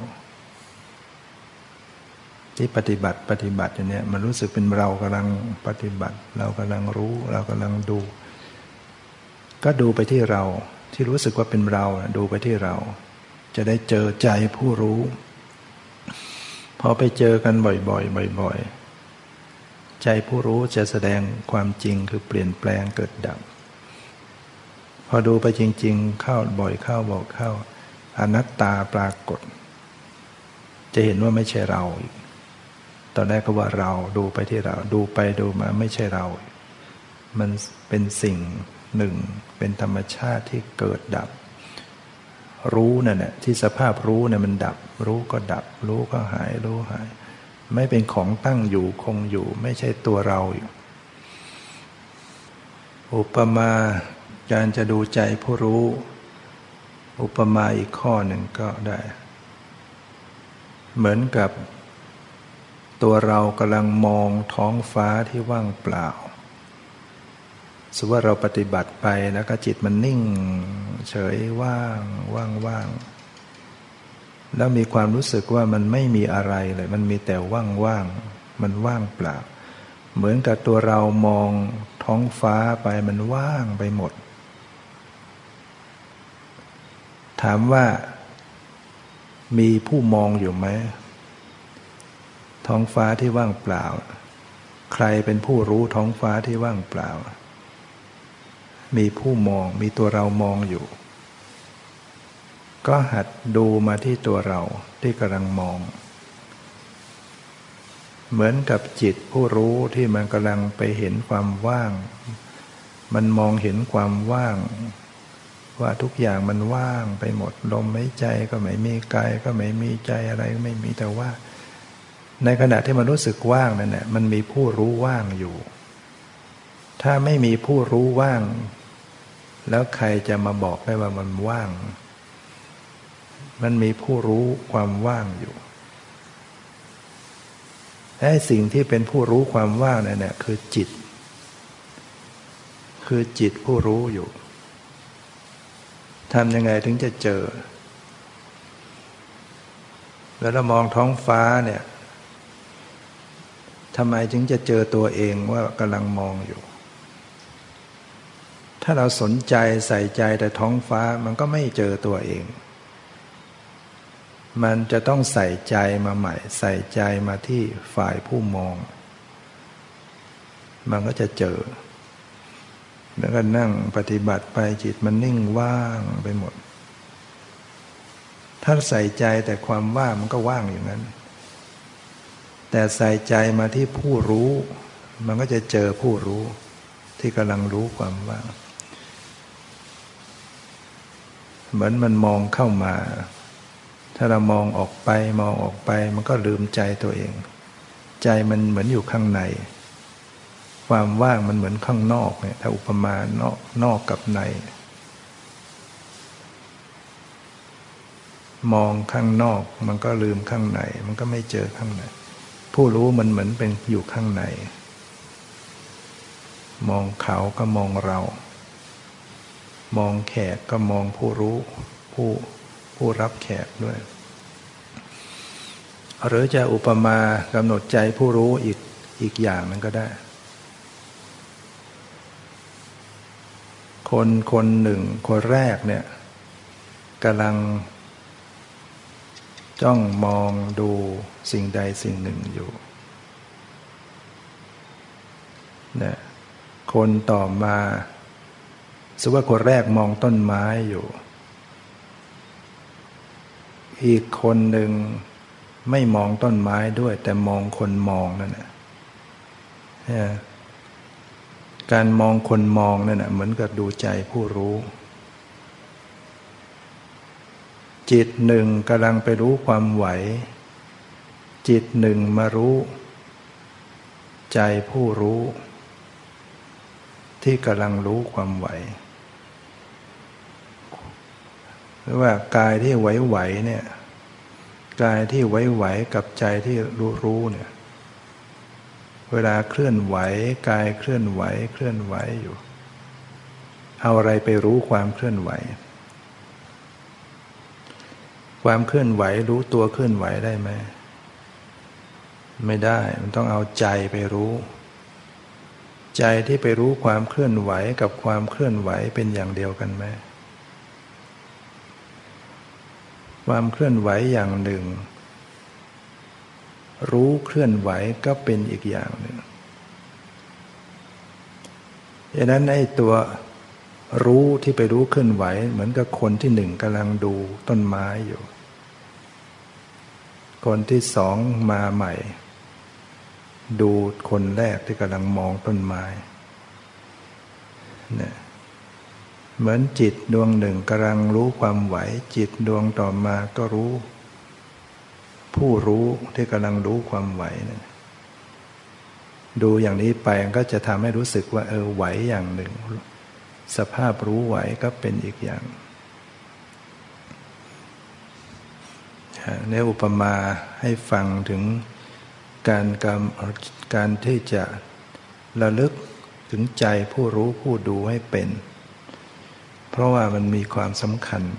ที่ปฏิบัติปฏิบัติอย่างนี้มันรู้สึกเป็นเรากำลังปฏิบัติเรากำลังรู้เรากำลังดูก็ดูไปที่เราที่รู้สึกว่าเป็นเราดูไปที่เราจะได้เจอใจผู้รู้พอไปเจอกันบ่อยๆบ่อยๆใจผู้รู้จะแสดงความจริงคือเปลี่ยนแปลงเกิดดับพอดูไปจริงๆเข้าบ่อยเข้าบอกเข้าอนัตตาปรากฏจะเห็นว่าไม่ใช่เราอีกตอนแรกก็ว่าเราดูไปที่เราดูไปดูมาไม่ใช่เรามันเป็นสิ่งหนึ่งเป็นธรรมชาติที่เกิดดับรู้นั่นแหละที่สภาพรู้เนี่ยมันดับรู้ก็ดับรู้ก็หายรู้หายไม่เป็นของตั้งอยู่คงอยู่ไม่ใช่ตัวเราอยู่อุปมาการจะดูใจผู้รู้อุปมาอีกข้อหนึ่งก็ได้เหมือนกับตัวเรากำลังมองท้องฟ้าที่ว่างเปล่าสมมุติว่าเราปฏิบัติไปแล้วก็จิตมันนิ่งเฉยว่างว่างว่างแล้วมีความรู้สึกว่ามันไม่มีอะไรเลยมันมีแต่ว่างว่างมันว่างเปล่าเหมือนกับตัวเรามองท้องฟ้าไปมันว่างไปหมดถามว่ามีผู้มองอยู่ไหมท้องฟ้าที่ว่างเปล่าใครเป็นผู้รู้ท้องฟ้าที่ว่างเปล่ามีผู้มองมีตัวเรามองอยู่ก็หัดดูมาที่ตัวเราที่กำลังมองเหมือนกับจิตผู้รู้ที่มันกำลังไปเห็นความว่างมันมองเห็นความว่างว่าทุกอย่างมันว่างไปหมดลมหายใจก็ไม่มีกายก็ไม่มีใจอะไรก็ไม่มีแต่ว่าในขณะที่มันรู้สึกว่างนั่นแหละมันมีผู้รู้ว่างอยู่ถ้าไม่มีผู้รู้ว่างแล้วใครจะมาบอกได้ว่ามันว่างมันมีผู้รู้ความว่างอยู่ไอ้สิ่งที่เป็นผู้รู้ความว่างนั่นแหละคือจิตคือจิตผู้รู้อยู่ทำยังไงถึงจะเจอแล้วเรามองท้องฟ้าเนี่ยทำไมจึงจะเจอตัวเองว่ากำลังมองอยู่ถ้าเราสนใจใส่ใจแต่ท้องฟ้ามันก็ไม่เจอตัวเองมันจะต้องใส่ใจมาใหม่ใส่ใจมาที่ฝ่ายผู้มองมันก็จะเจอแล้วก็นั่งปฏิบัติไปจิตมันนิ่งว่างไปหมดถ้าใส่ใจแต่ความว่างมันก็ว่างอย่างนั้นแต่ใส่ใจมาที่ผู้รู้มันก็จะเจอผู้รู้ที่กำลังรู้ความว่างเหมือนมันมองเข้ามาถ้าเรามองออกไปมองออกไปมันก็ลืมใจตัวเองใจมันเหมือนอยู่ข้างในความว่างมันเหมือนข้างนอกเนี่ยถ้าอุปมานอกนอกกับในมองข้างนอกมันก็ลืมข้างในมันก็ไม่เจอข้างในผู้รู้มันเหมือนเป็นอยู่ข้างในมองเขาก็มองเรามองแขกก็มองผู้รู้ผู้ผู้รับแขกด้วยหรือจะอุปมากำหนดใจผู้รู้อีกอีกอย่างนึงก็ได้คนคนหนึ่งคนแรกเนี่ยกำลังจ้องมองดูสิ่งใดสิ่งหนึ่งอยู่เนี่ยคนต่อมาสมมุติว่าคนแรกมองต้นไม้อยู่อีกคนหนึ่งไม่มองต้นไม้ด้วยแต่มองคนมองนั่นแหละการมองคนมองนั่นแหละเหมือนกับดูใจผู้รู้จิตหนึ่งกำลังไปรู้ความไหวจิตหนึ่งมารู้ใจผู้รู้ที่กำลังรู้ความไหวหรือว่ากายที่ไหวๆเนี่ยกายที่ไหวๆกับใจที่รู้รู้เนี่ยเวลาเคลื่อนไหวกายเคลื่อนไหวเคลื่อนไหวอยู่เอาอะไรไปรู้ความเคลื่อนไหวความเคลื่อนไหวรู้ตัวเคลื่อนไหวได้ไหมไม่ได้มันต้องเอาใจไปรู้ใจที่ไปรู้ความเคลื่อนไหวกับความเคลื่อนไหวเป็นอย่างเดียวกันไหมความเคลื่อนไหวอย่างหนึ่งรู้เคลื่อนไหวก็เป็นอีกอย่างหนึ่งดังนั้นไอ้ตัวรู้ที่ไปรู้เคลื่อนไหวเหมือนกับคนที่หนึ่งกำลังดูต้นไม้อยู่คนที่สองมาใหม่ดูคนแรกที่กำลังมองต้นไม้เนี่ยเหมือนจิตดวงหนึ่งกำลังรู้ความไหวจิตดวงต่อมาก็รู้ผู้รู้ที่กำลังรู้ความไหวนะดูอย่างนี้ไปก็จะทำให้รู้สึกว่าเออไหวอย่างหนึ่งสภาพรู้ไหวก็เป็นอีกอย่างในอุปมาให้ฟังถึงการการการที่จะระลึกถึงใจผู้รู้ผู้ดูให้เป็นเพราะว่ามันมีความสำคัญ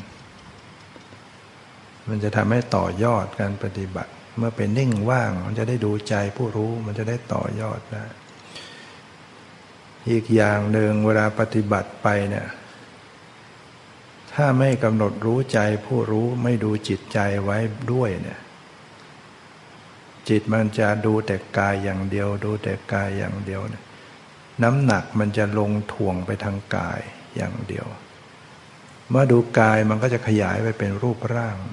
มันจะทำให้ต่อยอดการปฏิบัติเมื่อเป็นนิ่งว่างมันจะได้ดูใจผู้รู้มันจะได้ต่อยอดได้อีกอย่างหนึ่งเวลาปฏิบัติไปเนี่ยถ้าไม่กำหนดรู้ใจผู้รู้ไม่ดูจิตใจไว้ด้วยเนี่ยจิตมันจะดูแต่กายอย่างเดียวดูแต่กายอย่างเดียวเนี่ยน้ำหนักมันจะลงถ่วงไปทางกายอย่างเดียวเมื่อดูกายมันก็จะขยายไปเป็นรูปร่าง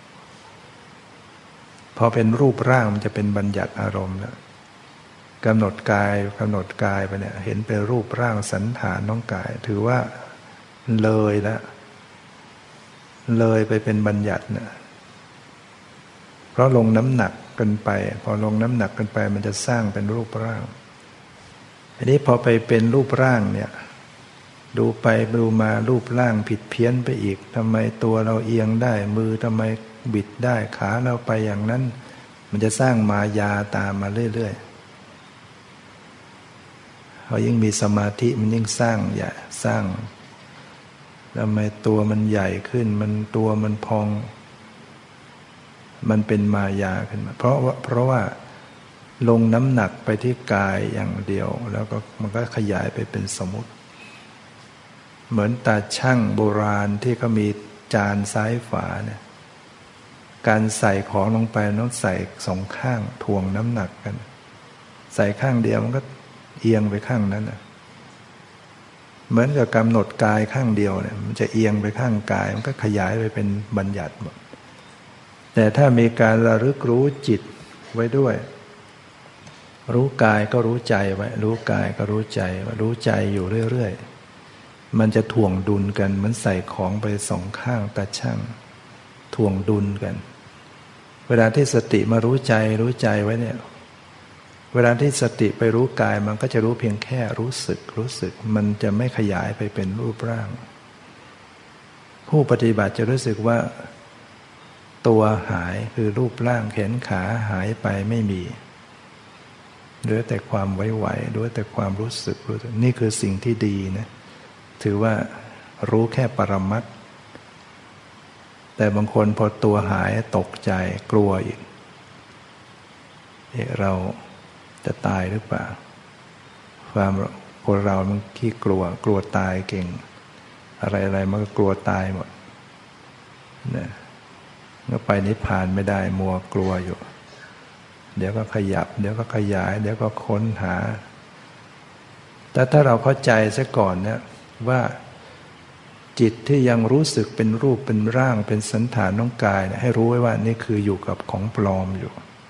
พอเป็นรูปร่างมันจะเป็นบัญญัติอารมณ์แล้วกำหนดกายกำหนดกายไปเนี่ยเห็นเป็นรูปร่างสันฐานน้องกายถือว่าเลยแล้วเลยไปเป็นบัญญัตินะเพราะลงน้ำหนักกันไปพอลงน้ำหนักกันไปมันจะสร้างเป็นรูปร่างอันนี้พอไปเป็นรูปร่างเนี่ยดูไปดูมารูปร่างผิดเพี้ยนไปอีกทำไมตัวเราเอียงได้มือทำไมบิดได้ขาเราไปอย่างนั้นมันจะสร้างมายาตามมาเรื่อยๆพอยิ่งมีสมาธิมันยิ่งสร้างอย่าสร้างทำไมตัวมันใหญ่ขึ้นมันตัวมันพองมันเป็นมายาขึ้นมาเพราะว่าเพราะว่าลงน้ำหนักไปที่กายอย่างเดียวแล้วก็มันก็ขยายไปเป็นสมมุติเหมือนตาช่างโบราณที่เขามีจานซ้ายฝาเนี่ยการใส่ของลงไปต้องใส่สองข้างถ่วงน้ำหนักกันใส่ข้างเดียวมันก็เอียงไปข้างนั้นนะเหมือนกับกำหนดกายข้างเดียวเนี่ยมันจะเอียงไปข้างกายมันก็ขยายไปเป็นบัญญัติหมดแต่ถ้ามีการระลึกรู้จิตไว้ด้วยรู้กายก็รู้ใจไว้รู้กายก็รู้ใจว่ารู้ใจอยู่เรื่อยๆมันจะถ่วงดุลกันมันใส่ของไปสองข้างตาช่างถ่วงดุลกันเวลาที่สติมารู้ใจรู้ใจไว้เนี่ยเวลาที่สติไปรู้กายมันก็จะรู้เพียงแค่รู้สึกรู้สึกมันจะไม่ขยายไปเป็นรูปร่างผู้ปฏิบัติจะรู้สึกว่าตัวหายคือรูปร่างแขนขาหายไปไม่มีเหลือแต่ความไหวๆเหลือแต่ความรู้สึกรู้สึกนี่คือสิ่งที่ดีนะถือว่ารู้แค่ปรมัตถ์แต่บางคนพอตัวหายตกใจกลัวอีกเราจะตายหรือเปล่าความคนเรามันขี้กลัวกลัวตายเก่งอะไรๆมันก็กลัวตายหมดเนี่ยก็ไปนิพพานไม่ได้มัวกลัวอยู่เดี๋ยวก็ขยับเดี๋ยวก็ขยายเดี๋ยวก็ค้นหาแต่ถ้าเราเข้าใจซะก่อนเนี่ยว่าจิตที่ยังรู้สึกเป็นรูปเป็นร่างเป็นสันฐานของกายเนี่ยให้รู้ไว้ว่านี่คืออยู่กับของปลอมอยู่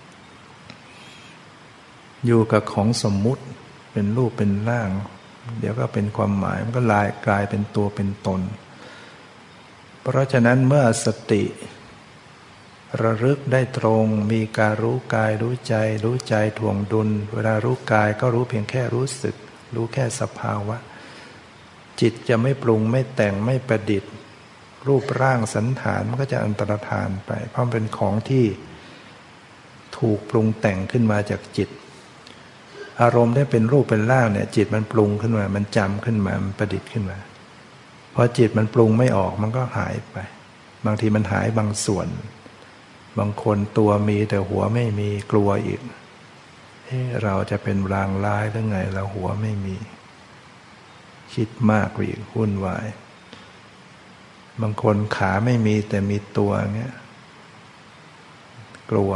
อยู่กับของสมมุติเป็นรูปเป็นร่างเดี๋ยวก็เป็นความหมายมันก็ลายกลายเป็นตัวเป็นตนเพราะฉะนั้นเมื่อสติระลึกได้ตรงมีการรู้กายรู้ใจรู้ใจถ่วงดุลเวลารู้กายก็รู้เพียงแค่รู้สึกรู้แค่สภาวะจิตจะไม่ปรุงไม่แต่งไม่ประดิษฐ์รูปร่างสันฐานมันก็จะอันตรธานไปเพราะเป็นของที่ถูกปรุงแต่งขึ้นมาจากจิตอารมณ์ที่เป็นรูปเป็นร่างเนี่ยจิตมันปรุงขึ้นมามันจำขึ้นมามันประดิษฐ์ขึ้นมาพอจิตมันปรุงไม่ออกมันก็หายไปบางทีมันหายบางส่วนบางคนตัวมีแต่หัวไม่มีกลัวอีกเอ๊ะเราจะเป็นรางร้ายหรือไงเราหัวไม่มีคิดมากอีกวุ่นวายบางคนขาไม่มีแต่มีตัวเงี้ยกลัว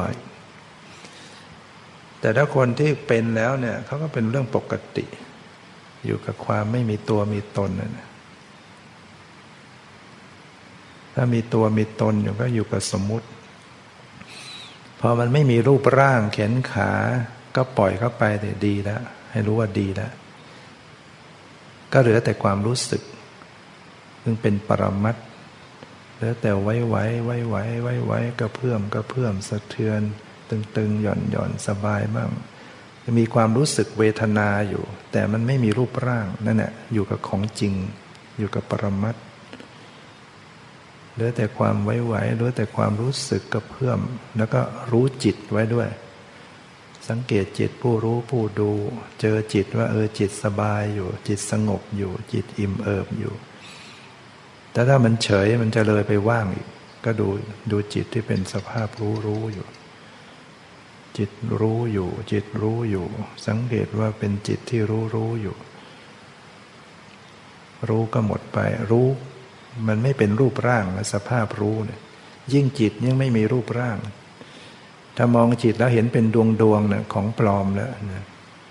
แต่ถ้าคนที่เป็นแล้วเนี่ยเขาก็เป็นเรื่องปกติอยู่กับความไม่มีตัวมีตนนะถ้ามีตัวมีตนอยู่ก็อยู่กับสมมุติพอมันไม่มีรูปร่างแขนขาก็ปล่อยเข้าไปแต่ดีแล้วให้รู้ว่าดีแล้วก็เหลือแต่ความรู้สึกซึ่งเป็นปรมัตถ์แล้วแต่ไว้ไว้ไว้ไว้ไว้ไว้กระเพื่อมกระเพื่อมสะเทือนตึงๆหย่อนหย่อนสบายบ้างมีความรู้สึกเวทนาอยู่แต่มันไม่มีรูปร่างนั่นแหละอยู่กับของจริงอยู่กับปรมัตถ์เหลือแต่ความไว้ไว้เหลือแต่ความรู้สึกกระเพื่อมแล้วก็รู้จิตไว้ด้วยสังเกตจิตผู้รู้ผู้ดูเจอจิตว่าเออจิตสบายอยู่จิตสงบอยู่จิตอิ่มเอิบอยู่แต่ถ้ามันเฉยมันจะเลยไปว่างอีกก็ดูดูจิตที่เป็นสภาพรู้รู้อยู่จิตรู้อยู่จิตรู้อยู่สังเกตว่าเป็นจิตที่รู้รู้อยู่รู้ก็หมดไปรู้มันไม่เป็นรูปร่างและสภาพรู้เนี่ยยิ่งจิตยิ่งไม่มีรูปร่างถ้ามองจิตแล้วเห็นเป็นดวงดวงเนี่ยของปลอมแล้วนะ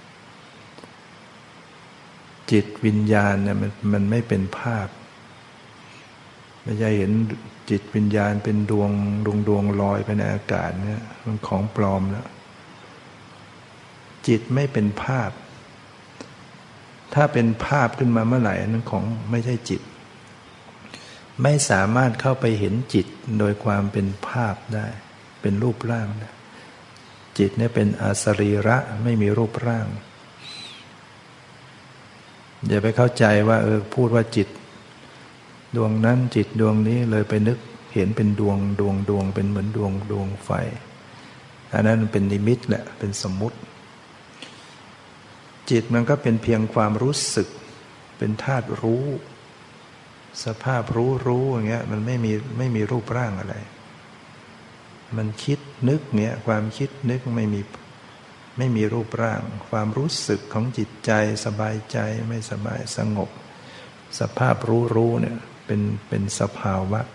จิตวิญญาณเนี่ยมันมันไม่เป็นภาพไม่ใช่เห็นจิตวิญญาณเป็นดวงดวงดวงลอยไปในอากาศเนี่ยมันของปลอมแล้วจิตไม่เป็นภาพถ้าเป็นภาพขึ้นมาเมื่อไหร่นั้นของไม่ใช่จิตไม่สามารถเข้าไปเห็นจิตโดยความเป็นภาพได้เป็นรูปร่างนะจิตเนี่ยเป็นอสรีระไม่มีรูปร่างอย่าไปเข้าใจว่าเออพูดว่าจิตดวงนั้นจิตดวงนี้เลยไปนึกเห็นเป็นดวงดวงดวงเป็นเหมือนดวงดวงไฟอันนั้นเป็นนิมิตแหละเป็นสมมุติจิตมันก็เป็นเพียงความรู้สึกเป็นธาตุรู้สภาพรู้รู้อย่างเงี้ยมันไม่มีไม่มีรูปร่างอะไรมันคิดนึกเงี้ยความคิดนึกไม่มีไม่มีรูปร่างความรู้สึกของจิตใจสบายใจไม่สบายสงบสภาพรู้รู้เนี่ยเป็นเป็นสภาวะ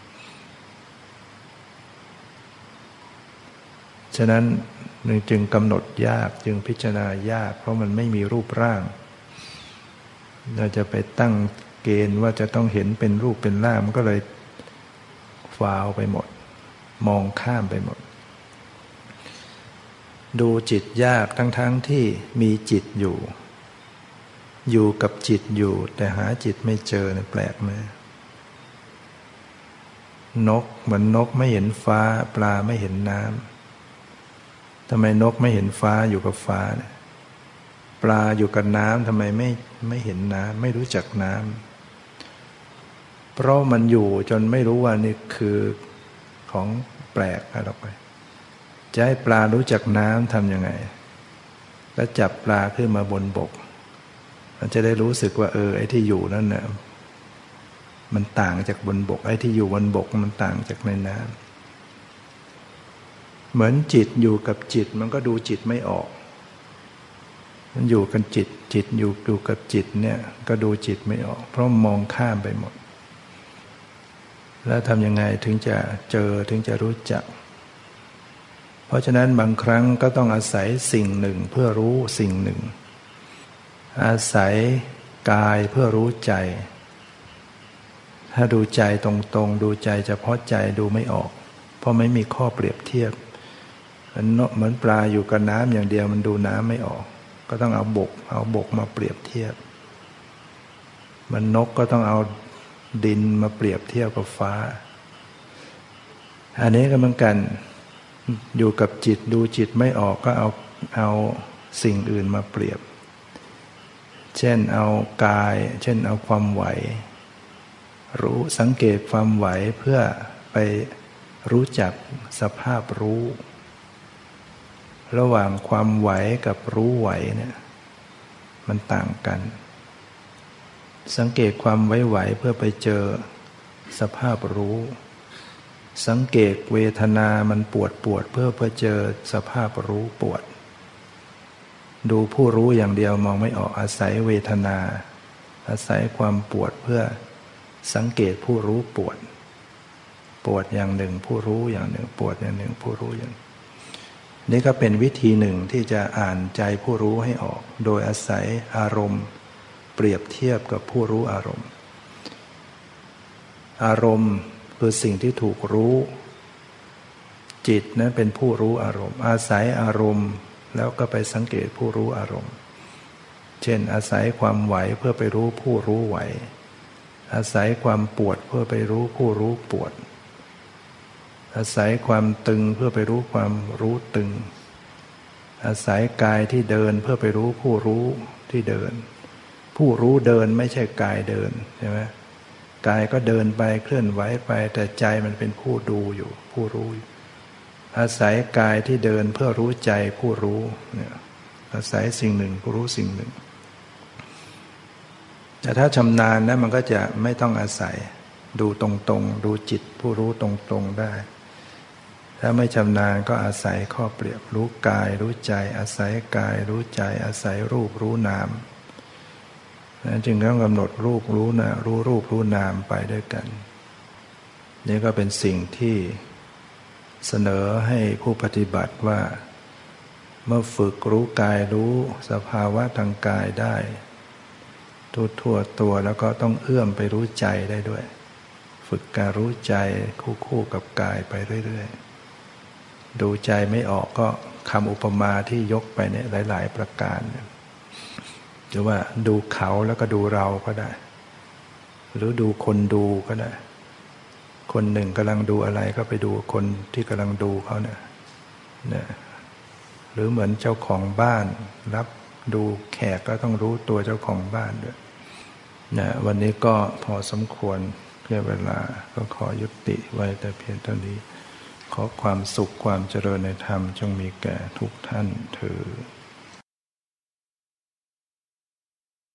ฉะนั้นจึงกำหนดยากจึงพิจารณายากเพราะมันไม่มีรูปร่างเราจะไปตั้งเกณฑ์ว่าจะต้องเห็นเป็นรูปเป็นร่างมันก็เลยฟาวไปหมดมองข้ามไปหมดดูจิตยากทั้งๆ ท, ที่มีจิตอยู่อยู่กับจิตอยู่แต่หาจิตไม่เจอเนี่ยแปลกไหมนกเหมือนนกไม่เห็นฟ้าปลาไม่เห็นน้ำทำไมนกไม่เห็นฟ้าอยู่กับฟ้าเนี่ยปลาอยู่กับน้ำทำไมไม่ไม่เห็นน้ำไม่รู้จักน้ำเพราะมันอยู่จนไม่รู้ว่านี่คือของแปลกอะไรไปจะให้ปลารู้จักน้ำทำยังไงแล้วจับปลาขึ้นมาบนบกมันจะได้รู้สึกว่าเออไอ้ที่อยู่นั่นน่ะมันต่างจากบนบกไอ้ที่อยู่บนบกมันต่างจากในน้ำเหมือนจิตอยู่กับจิตมันก็ดูจิตไม่ออกมันอยู่กันจิตจิตอยู่อยู่กับจิตเนี่ยก็ดูจิตไม่ออกเพราะมองข้ามไปหมดแล้วทำยังไงถึงจะเจอถึงจะรู้จักเพราะฉะนั้นบางครั้งก็ต้องอาศัยสิ่งหนึ่งเพื่อรู้สิ่งหนึ่งอาศัยกายเพื่อรู้ใจถ้าดูใจตรงๆดูใจเฉพาะใจดูไม่ออกเพราะไม่มีข้อเปรียบเทียบเหมือนปลาอยู่กับน้ำอย่างเดียวมันดูน้ำไม่ออกก็ต้องเอาบกเอาบกมาเปรียบเทียบมันนกก็ต้องเอาดินมาเปรียบเทียบกับฟ้าอันนี้ก็เหมือนกันอยู่กับจิตดูจิตไม่ออกก็เอาเอาสิ่งอื่นมาเปรียบเช่นเอากายเช่นเอาความไหวรู้สังเกตความไหวเพื่อไปรู้จักสภาพรู้ระหว่างความไหวกับรู้ไหวเนี่ยมันต่างกันสังเกตความไหวๆเพื่อไปเจอสภาพรู้สังเกตเวทนามันปวดปวดเพื่อไปเจอสภาพรู้ปวดดูผู้รู้อย่างเดียวมองไม่ออกอาศัยเวทนาอาศัยความปวดเพื่อสังเกตผู้รู้ปวดปวดอย่างหนึ่งผู้รู้อย่างหนึ่งปวดอย่างหนึ่งผู้รู้อย่างนี่ก็เป็นวิธีหนึ่งที่จะอ่านใจผู้รู้ให้ออกโดยอาศัยอารมณ์เปรียบเทียบกับผู้รู้อารมณ์อารมณ์คือสิ่งที่ถูกรู้จิตนั้นเป็นผู้รู้อารมณ์อาศัยอารมณ์แล้วก็ไปสังเกตผู้รู้อารมณ์เช่นอาศัยความไหวเพื่อไปรู้ผู้รู้ไหวอาศัยความปวดเพื่อไปรู้ผู้รู้ปวดอาศัยความตึงเพื่อไปรู้ความรู้ตึงอาศัยกายที่เดินเพื่อไปรู้ผู้รู้ที่เดินผู้รู้เดินไม่ใช่กายเดินใช่ไหมกายก็เดินไปเคลื่อนไหวไปแต่ใจมันเป็นผู้ดูอยู่ผู้รู้อาศัยกายที่เดินเพื่อรู้ใจผู้รู้เนี่ยอาศัยสิ่งหนึ่งผู้รู้สิ่งหนึ่งแต่ถ้าชำนาญนะมันก็จะไม่ต้องอาศัยดูตรงๆดูจิตผู้รู้ตรงๆได้ถ้าไม่ชำนาญก็อาศัยข้อเปรียบรู้กายรู้ใจอาศัยกายรู้ใจอาศัยรูปรู้นามนั้นจึงต้องกำหนดรูปรู้นะรู้รูปรู้นามไปด้วยกันนี่ก็เป็นสิ่งที่เสนอให้ผู้ปฏิบัติว่าเมื่อฝึกรู้กายรู้สภาวะทางกายได้ทั่วๆตัวแล้วก็ต้องเอื้อมไปรู้ใจได้ด้วยฝึกการรู้ใจคู่ๆกับกายไปเรื่อยๆดูใจไม่ออกก็คำอุปมาที่ยกไปเนี่ยหลายๆประการหรือว่าดูเขาแล้วก็ดูเราก็ได้หรือดูคนดูก็ได้คนหนึ่งกำลังดูอะไรก็ไปดูคนที่กำลังดูเขาเนี่ยเนี่ยหรือเหมือนเจ้าของบ้านรับดูแขกก็ต้องรู้ตัวเจ้าของบ้านด้วยนะวันนี้ก็พอสมควรแก่เวลาก็ขอยุติไว้แต่เพียงเท่านี้ขอความสุขความเจริญในธรรมจงมีแก่ทุกท่านเทอญ